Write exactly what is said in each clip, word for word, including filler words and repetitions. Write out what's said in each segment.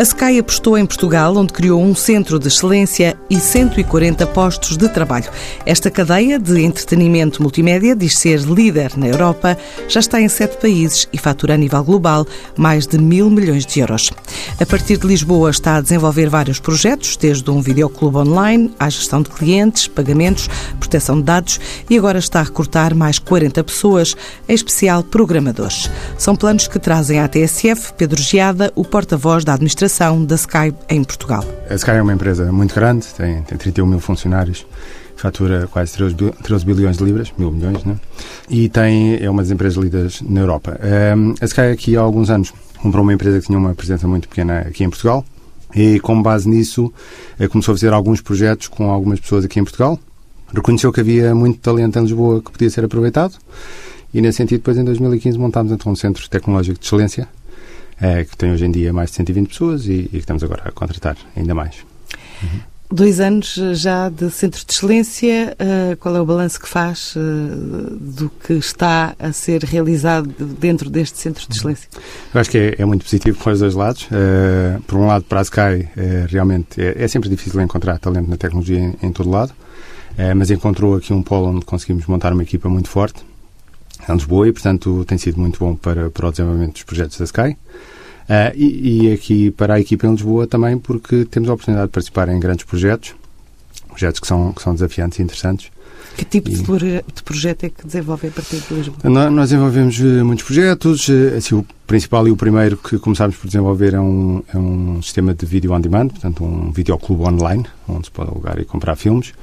A Sky apostou em Portugal, onde criou um centro de excelência e cento e quarenta postos de trabalho. Esta cadeia de entretenimento multimédia diz ser líder na Europa, já está em sete países e fatura a nível global mais de mil milhões de euros. A partir de Lisboa está a desenvolver vários projetos, desde um videoclube online à gestão de clientes, pagamentos, proteção de dados e agora está a recrutar mais quarenta pessoas, em especial programadores. São planos que trazem à T S F Pedro Geada, o porta-voz da administração da Sky em Portugal. A Sky é uma empresa muito grande, tem, tem trinta e um mil funcionários, fatura quase treze bilhões de libras, mil milhões, né? E tem, é uma das empresas líderes na Europa. Um, a Sky aqui há alguns anos comprou uma empresa que tinha uma presença muito pequena aqui em Portugal e, com base nisso, começou a fazer alguns projetos com algumas pessoas aqui em Portugal. Reconheceu que havia muito talento em Lisboa que podia ser aproveitado e, nesse sentido, depois, em dois mil e quinze, montámos então um centro tecnológico de excelência É, que tem hoje em dia mais de cento e vinte pessoas e, e que estamos agora a contratar ainda mais. Uhum. Dois anos já de centro de excelência, uh, qual é o balanço que faz uh, do que está a ser realizado dentro deste centro de excelência? Eu acho que é, é muito positivo para os dois lados. Uh, por um lado, para a Sky, uh, realmente é, é sempre difícil encontrar talento na tecnologia em, em todo lado, uh, mas encontrou aqui um polo onde conseguimos montar uma equipa muito forte em Lisboa e, portanto, tem sido muito bom para, para o desenvolvimento dos projetos da Sky. Uh, e, e aqui para a equipa em Lisboa também, porque temos a oportunidade de participar em grandes projetos, projetos que são, que são desafiantes e interessantes. Que tipo e, de, de projeto é que desenvolvem a partir de Lisboa? Nós, nós desenvolvemos uh, muitos projetos. Uh, assim, o principal e o primeiro que começámos por desenvolver é um, é um sistema de vídeo on demand, portanto um videoclube online, onde se pode alugar e comprar filmes.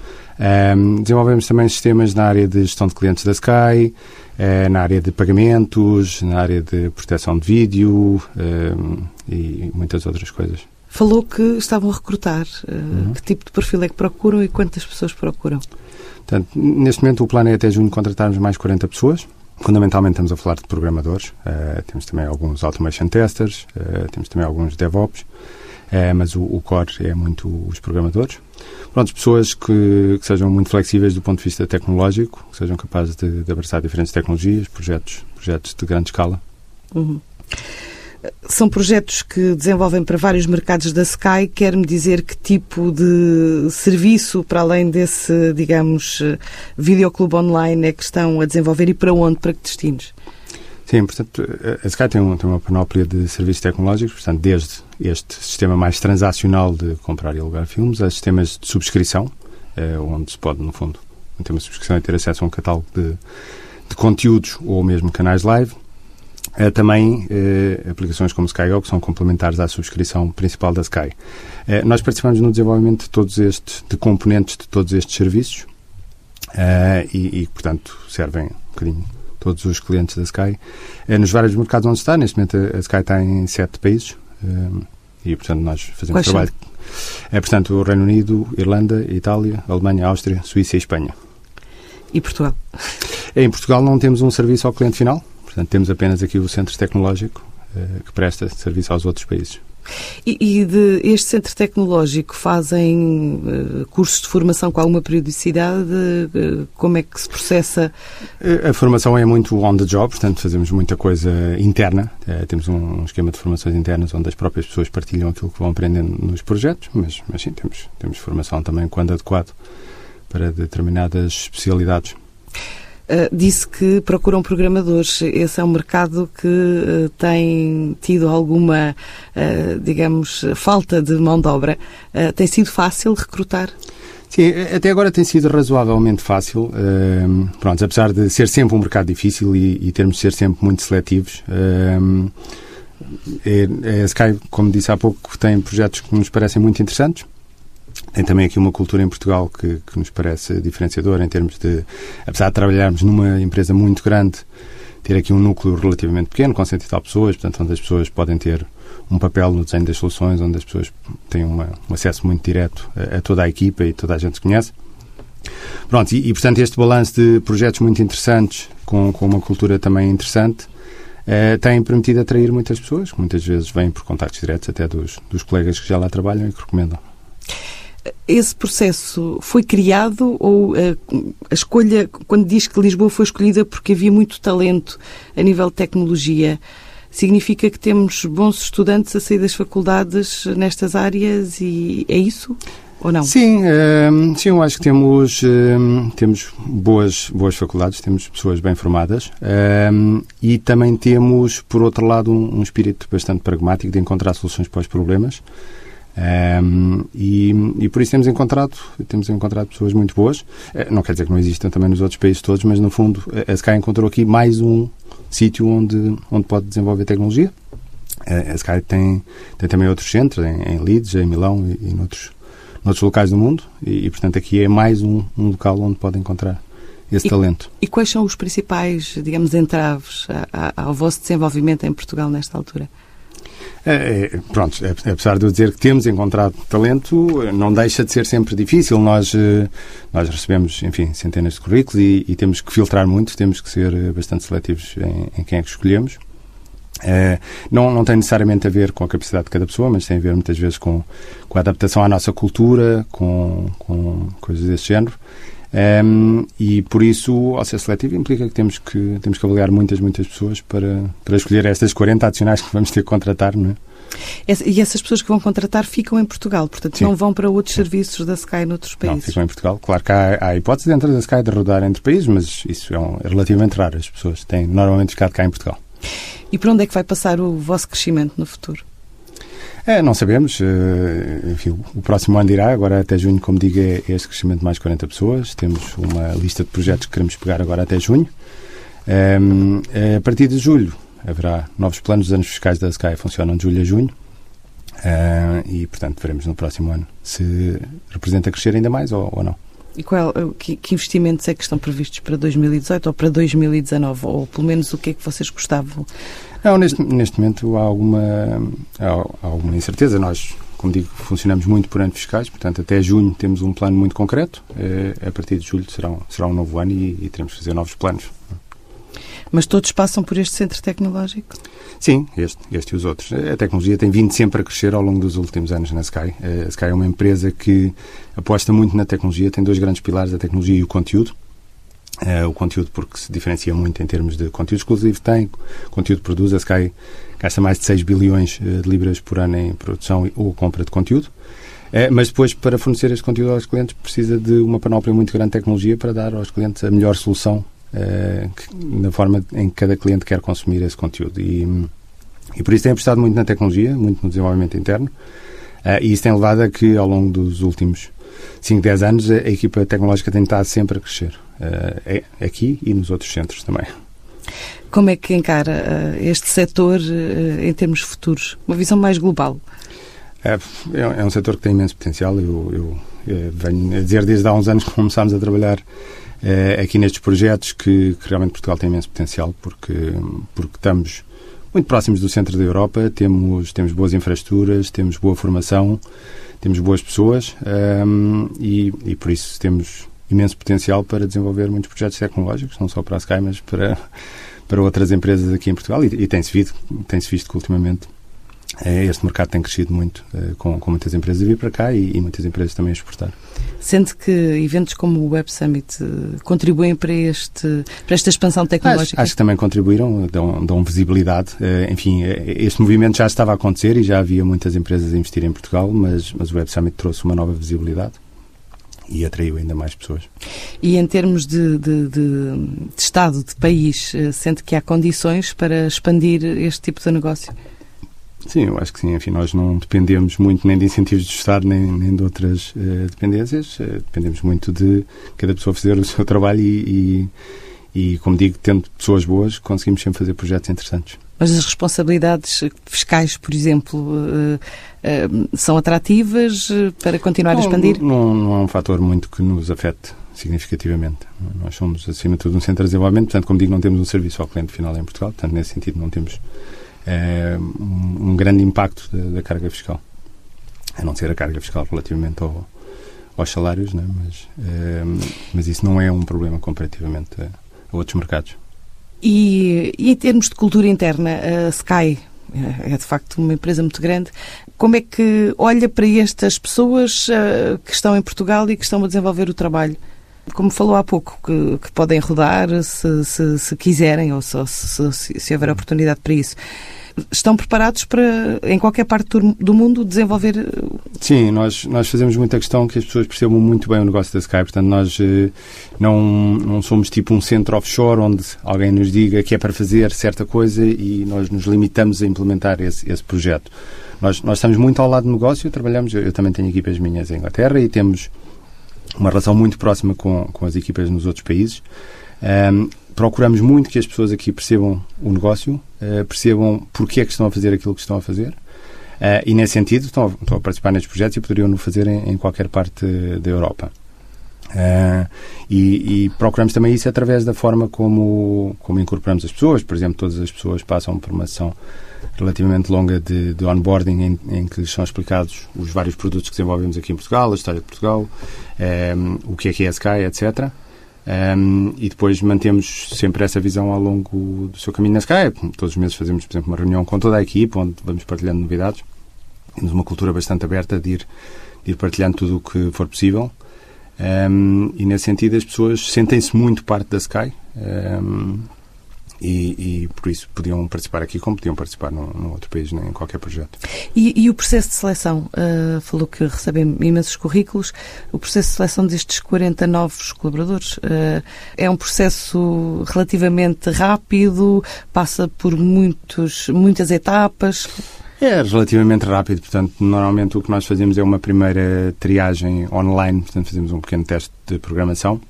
Um, desenvolvemos também sistemas na área de gestão de clientes da Sky, uh, na área de pagamentos, na área de proteção de vídeo um, e muitas outras coisas. Falou que estavam a recrutar. Uh, uhum. Que tipo de perfil é que procuram e quantas pessoas procuram? Portanto, neste momento o plano é até junho contratarmos mais quarenta pessoas. Fundamentalmente estamos a falar de programadores. Uh, temos também alguns automation testers, uh, temos também alguns DevOps, uh, mas o, o core é muito os programadores. Pronto, pessoas que, que sejam muito flexíveis do ponto de vista tecnológico, que sejam capazes de, de abraçar diferentes tecnologias, projetos, projetos de grande escala. Uhum. São projetos que desenvolvem para vários mercados da Sky. Quer-me dizer que tipo de serviço, para além desse, digamos, videoclube online, é que estão a desenvolver e para onde, para que destinos? Sim, portanto, a Sky tem, um, tem uma panóplia de serviços tecnológicos, portanto, desde este sistema mais transacional de comprar e alugar filmes, a sistemas de subscrição, eh, onde se pode, no fundo, ter uma subscrição e ter acesso a um catálogo de, de conteúdos ou mesmo canais live. Uh, também uh, aplicações como SkyGo, que são complementares à subscrição principal da Sky. Uh, nós participamos no desenvolvimento de todos estes, de componentes de todos estes serviços uh, e, e, portanto, servem um bocadinho todos os clientes da Sky. Uh, nos vários mercados onde está, neste momento a, a Sky está em sete países uh, e, portanto, nós fazemos Quais trabalho. É, portanto, o Reino Unido, Irlanda, Itália, Alemanha, Áustria, Suíça e Espanha. E Portugal? Em Portugal não temos um serviço ao cliente final. Portanto, temos apenas aqui o centro tecnológico uh, que presta serviço aos outros países. E, e de este centro tecnológico fazem uh, cursos de formação com alguma periodicidade? Uh, como é que se processa? Uh, a formação é muito on the job, portanto fazemos muita coisa interna. Uh, temos um, um esquema de formações internas onde as próprias pessoas partilham aquilo que vão aprendendo nos projetos, mas, mas sim, temos, temos formação também quando adequado para determinadas especialidades. Uh, disse que procuram programadores. Esse é um mercado que uh, tem tido alguma, uh, digamos, falta de mão de obra. Uh, tem sido fácil recrutar? Sim, até agora tem sido razoavelmente fácil. Uh, pronto, apesar de ser sempre um mercado difícil e, e termos de ser sempre muito seletivos. Uh, é, a Sky, como disse há pouco, tem projetos que nos parecem muito interessantes. Tem também aqui uma cultura em Portugal que, que nos parece diferenciadora em termos de, apesar de trabalharmos numa empresa muito grande, ter aqui um núcleo relativamente pequeno, com cento e tal pessoas, portanto, onde as pessoas podem ter um papel no desenho das soluções, onde as pessoas têm uma, um acesso muito direto a, a toda a equipa e toda a gente se conhece. Pronto, e, e portanto este balanço de projetos muito interessantes, com, com uma cultura também interessante, eh, tem permitido atrair muitas pessoas, que muitas vezes vêm por contactos diretos até dos, dos colegas que já lá trabalham e que recomendam. Esse processo foi criado ou uh, a escolha, quando diz que Lisboa foi escolhida porque havia muito talento a nível de tecnologia, significa que temos bons estudantes a sair das faculdades nestas áreas e é isso? Ou não? Sim, um, sim, eu acho que temos, um, temos boas, boas faculdades, temos pessoas bem formadas um, e também temos, por outro lado, um, um espírito bastante pragmático de encontrar soluções para os problemas um, e, e por isso temos encontrado, temos encontrado pessoas muito boas. Não quer dizer que não existam também nos outros países todos, mas no fundo a Sky encontrou aqui mais um sítio onde, onde pode desenvolver tecnologia. A Sky tem, tem também outros centros, em, em Leeds, em Milão e, e noutros noutros locais do mundo e, e portanto, aqui é mais um, um local onde pode encontrar esse e, talento. E quais são os principais, digamos, entraves a, a, ao vosso desenvolvimento em Portugal nesta altura? É, é, pronto, é, apesar de eu dizer que temos encontrado talento, não deixa de ser sempre difícil. Nós, nós recebemos, enfim, centenas de currículos e, e temos que filtrar muito, temos que ser bastante seletivos em, em quem é que escolhemos. Uh, não, não tem necessariamente a ver com a capacidade de cada pessoa, mas tem a ver muitas vezes com, com a adaptação à nossa cultura, com, com coisas desse género. Um, e por isso, ao ser seletivo, implica que temos que, temos que avaliar muitas, muitas pessoas para, para escolher estas quarenta adicionais que vamos ter que contratar, não é? E essas pessoas que vão contratar ficam em Portugal, portanto Sim. não vão para outros Sim. serviços da Sky noutros países? Não, ficam em Portugal. Claro que há, há a hipótese dentro da Sky de rodar entre países, mas isso é, um, é relativamente raro. As pessoas têm normalmente ficado cá em Portugal. E para onde é que vai passar o vosso crescimento no futuro? É, não sabemos. Enfim, o próximo ano dirá. Agora até junho, como digo, é este crescimento de mais quarenta pessoas. Temos uma lista de projetos que queremos pegar agora até junho. A partir de julho haverá novos planos. Os anos fiscais da Sky funcionam de julho a junho. E, portanto, veremos no próximo ano se representa crescer ainda mais ou, ou não. E qual, que, que investimentos é que estão previstos para dois mil e dezoito ou para dois mil e dezanove? Ou pelo menos o que é que vocês gostavam? Não, neste, neste momento há alguma, há, há alguma incerteza. Nós, como digo, funcionamos muito por anos fiscais, portanto até junho temos um plano muito concreto. É, a partir de julho será um, será um novo ano e, e teremos que fazer novos planos. Mas todos passam por este centro tecnológico? Sim, este, este e os outros. A tecnologia tem vindo sempre a crescer ao longo dos últimos anos na Sky. A Sky é uma empresa que aposta muito na tecnologia, tem dois grandes pilares, a tecnologia e o conteúdo. O conteúdo porque se diferencia muito em termos de conteúdo exclusivo, tem conteúdo produz. A Sky gasta mais de seis bilhões de libras por ano em produção ou compra de conteúdo. Mas depois, para fornecer este conteúdo aos clientes, precisa de uma panóplia muito grande de tecnologia para dar aos clientes a melhor solução Uh, que, na forma em que cada cliente quer consumir esse conteúdo e, e por isso tem apostado muito na tecnologia, muito no desenvolvimento interno uh, e isso tem levado a que ao longo dos últimos cinco, dez anos a, a equipa tecnológica tem estado sempre a crescer uh, é, aqui e nos outros centros também. Como é que encara uh, este setor uh, em termos futuros? Uma visão mais global? É, é um setor que tem imenso potencial. Eu, eu, eu venho a dizer desde há uns anos que começámos a trabalhar Uh, aqui nestes projetos que, que realmente Portugal tem imenso potencial porque, porque estamos muito próximos do centro da Europa, temos, temos boas infraestruturas, temos boa formação, temos boas pessoas um, e, e por isso temos imenso potencial para desenvolver muitos projetos tecnológicos, não só para a Sky, mas para, para outras empresas aqui em Portugal e, e tem-se visto, tem-se visto que ultimamente este mercado tem crescido muito, com, com muitas empresas a vir para cá e, e muitas empresas também a exportar. Sente que eventos como o Web Summit contribuem para, este, para esta expansão tecnológica? Acho, acho que também contribuíram, dão, dão visibilidade. Enfim, este movimento já estava a acontecer e já havia muitas empresas a investir em Portugal, mas, mas o Web Summit trouxe uma nova visibilidade e atraiu ainda mais pessoas. E em termos de, de, de, de Estado, de país, sente que há condições para expandir este tipo de negócio? Sim, eu acho que sim. Enfim, nós não dependemos muito nem de incentivos do Estado, nem, nem de outras uh, dependências. Uh, dependemos muito de cada pessoa fazer o seu trabalho e, e, e, como digo, tendo pessoas boas, conseguimos sempre fazer projetos interessantes. Mas as responsabilidades fiscais, por exemplo, uh, uh, são atrativas para continuar não, a expandir? Não, não é um fator muito que nos afete significativamente. Nós somos, acima de tudo, um centro de desenvolvimento, portanto, como digo, não temos um serviço ao cliente final em Portugal, portanto, nesse sentido, não temos É, um, um grande impacto da, da carga fiscal, a não ser a carga fiscal relativamente ao, aos salários, né? mas, é, mas isso não é um problema comparativamente a, a outros mercados. E, e em termos de cultura interna, a Sky é de facto uma empresa muito grande. Como é que olha para estas pessoas uh, que estão em Portugal e que estão a desenvolver o trabalho? como falou há pouco, que, que podem rodar se, se, se quiserem ou se, se, se houver oportunidade para isso. Estão preparados para, em qualquer parte do, do mundo, desenvolver? Sim, nós, nós fazemos muita questão que as pessoas percebam muito bem o negócio da Sky. Portanto, nós eh, não, não somos tipo um centro offshore onde alguém nos diga que é para fazer certa coisa e nós nos limitamos a implementar esse, esse projeto. Nós, nós estamos muito ao lado do negócio, trabalhamos, eu, eu também tenho equipas minhas em Inglaterra e temos uma relação muito próxima com, com as equipas nos outros países. Um, procuramos muito que as pessoas aqui percebam o negócio, uh, percebam porque é que estão a fazer aquilo que estão a fazer uh, e, nesse sentido, estão a, estão a participar nestes projetos e poderiam-no fazer em, em qualquer parte da Europa. Uh, e, e procuramos também isso através da forma como, como incorporamos as pessoas. Por exemplo, todas as pessoas passam por uma sessão relativamente longa de, de onboarding em, em que lhes são explicados os vários produtos que desenvolvemos aqui em Portugal, a história de Portugal, um, o que é que é a Sky, etcétera. Um, e depois mantemos sempre essa visão ao longo do seu caminho na Sky. Todos os meses fazemos, por exemplo, uma reunião com toda a equipe, onde vamos partilhando novidades. Temos uma cultura bastante aberta de ir, de ir partilhando tudo o que for possível. Um, e, nesse sentido, as pessoas sentem-se muito parte da Sky. Um, E, e por isso podiam participar aqui como podiam participar num, num outro país, nem em qualquer projeto. E, e o processo de seleção? Uh, falou que recebem imensos currículos. O processo de seleção destes quarenta novos colaboradores uh, é um processo relativamente rápido? Passa por muitos, muitas etapas? É relativamente rápido, portanto, normalmente o que nós fazemos é uma primeira triagem online, portanto, fazemos um pequeno teste de programação.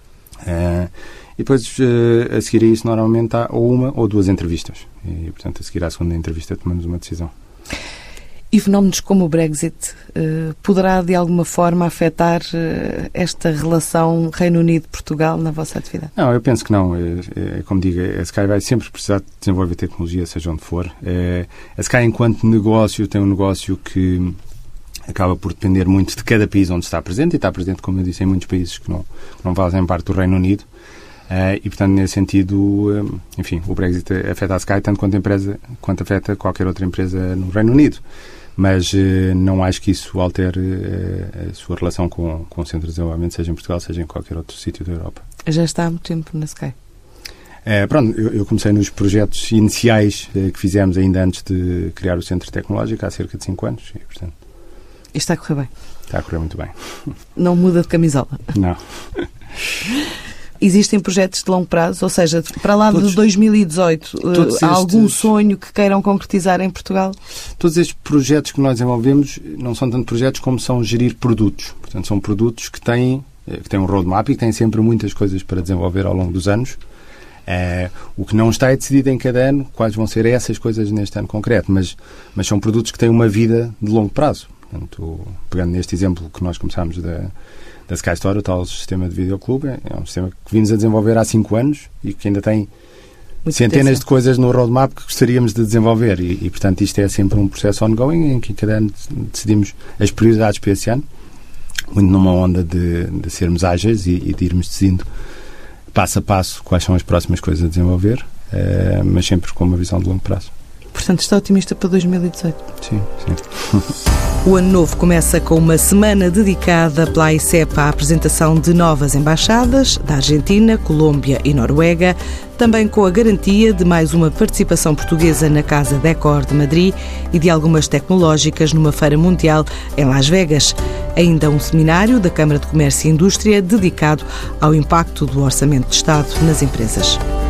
Uh, E depois, a seguir a isso, normalmente há ou uma ou duas entrevistas. E, portanto, a seguir à segunda entrevista, tomamos uma decisão. E fenómenos como o Brexit uh, poderá, de alguma forma, afetar uh, esta relação Reino Unido-Portugal na vossa atividade? Não, eu penso que não. É, é, como digo, a Sky vai sempre precisar de desenvolver tecnologia, seja onde for. É, a Sky, enquanto negócio, tem um negócio que acaba por depender muito de cada país onde está presente, e está presente, como eu disse, em muitos países que não, que não fazem parte do Reino Unido. Uh, e, portanto, nesse sentido, um, enfim, o Brexit afeta a Sky tanto quanto, a empresa, quanto afeta qualquer outra empresa no Reino Unido. Mas uh, não acho que isso altere uh, a sua relação com, com o Centro de Desenvolvimento, seja em Portugal, seja em qualquer outro sítio da Europa. Já está há muito tempo na Sky? Uh, pronto, eu, eu comecei nos projetos iniciais uh, que fizemos ainda antes de criar o Centro Tecnológico, há cerca de cinco anos. E, portanto, e está a correr bem? Está a correr muito bem. Não muda de camisola? Não. Existem projetos de longo prazo? Ou seja, para lá todos, de dois mil e dezoito, estes, há algum sonho que queiram concretizar em Portugal? Todos estes projetos que nós desenvolvemos não são tanto projetos como são gerir produtos. Portanto, são produtos que têm, que têm um roadmap e que têm sempre muitas coisas para desenvolver ao longo dos anos. É, o que não está é decidido em cada ano quais vão ser essas coisas neste ano concreto, mas, mas são produtos que têm uma vida de longo prazo. Portanto, pegando neste exemplo que nós começámos da da Sky Store, o tal sistema de videoclube, é um sistema que vimos a desenvolver há cinco anos e que ainda tem muito centenas potencial de coisas no roadmap que gostaríamos de desenvolver e, e, portanto, isto é sempre um processo ongoing em que cada ano decidimos as prioridades para esse ano, muito numa onda de, de sermos ágeis e, e de irmos decidindo passo a passo quais são as próximas coisas a desenvolver, uh, mas sempre com uma visão de longo prazo. Portanto, está otimista para dois mil e dezoito? Sim, sim. O ano novo começa com uma semana dedicada pela A I C E P à apresentação de novas embaixadas da Argentina, Colômbia e Noruega, também com a garantia de mais uma participação portuguesa na Casa Decor de Madrid e de algumas tecnológicas numa feira mundial em Las Vegas. Ainda um seminário da Câmara de Comércio e Indústria dedicado ao impacto do Orçamento de Estado nas empresas.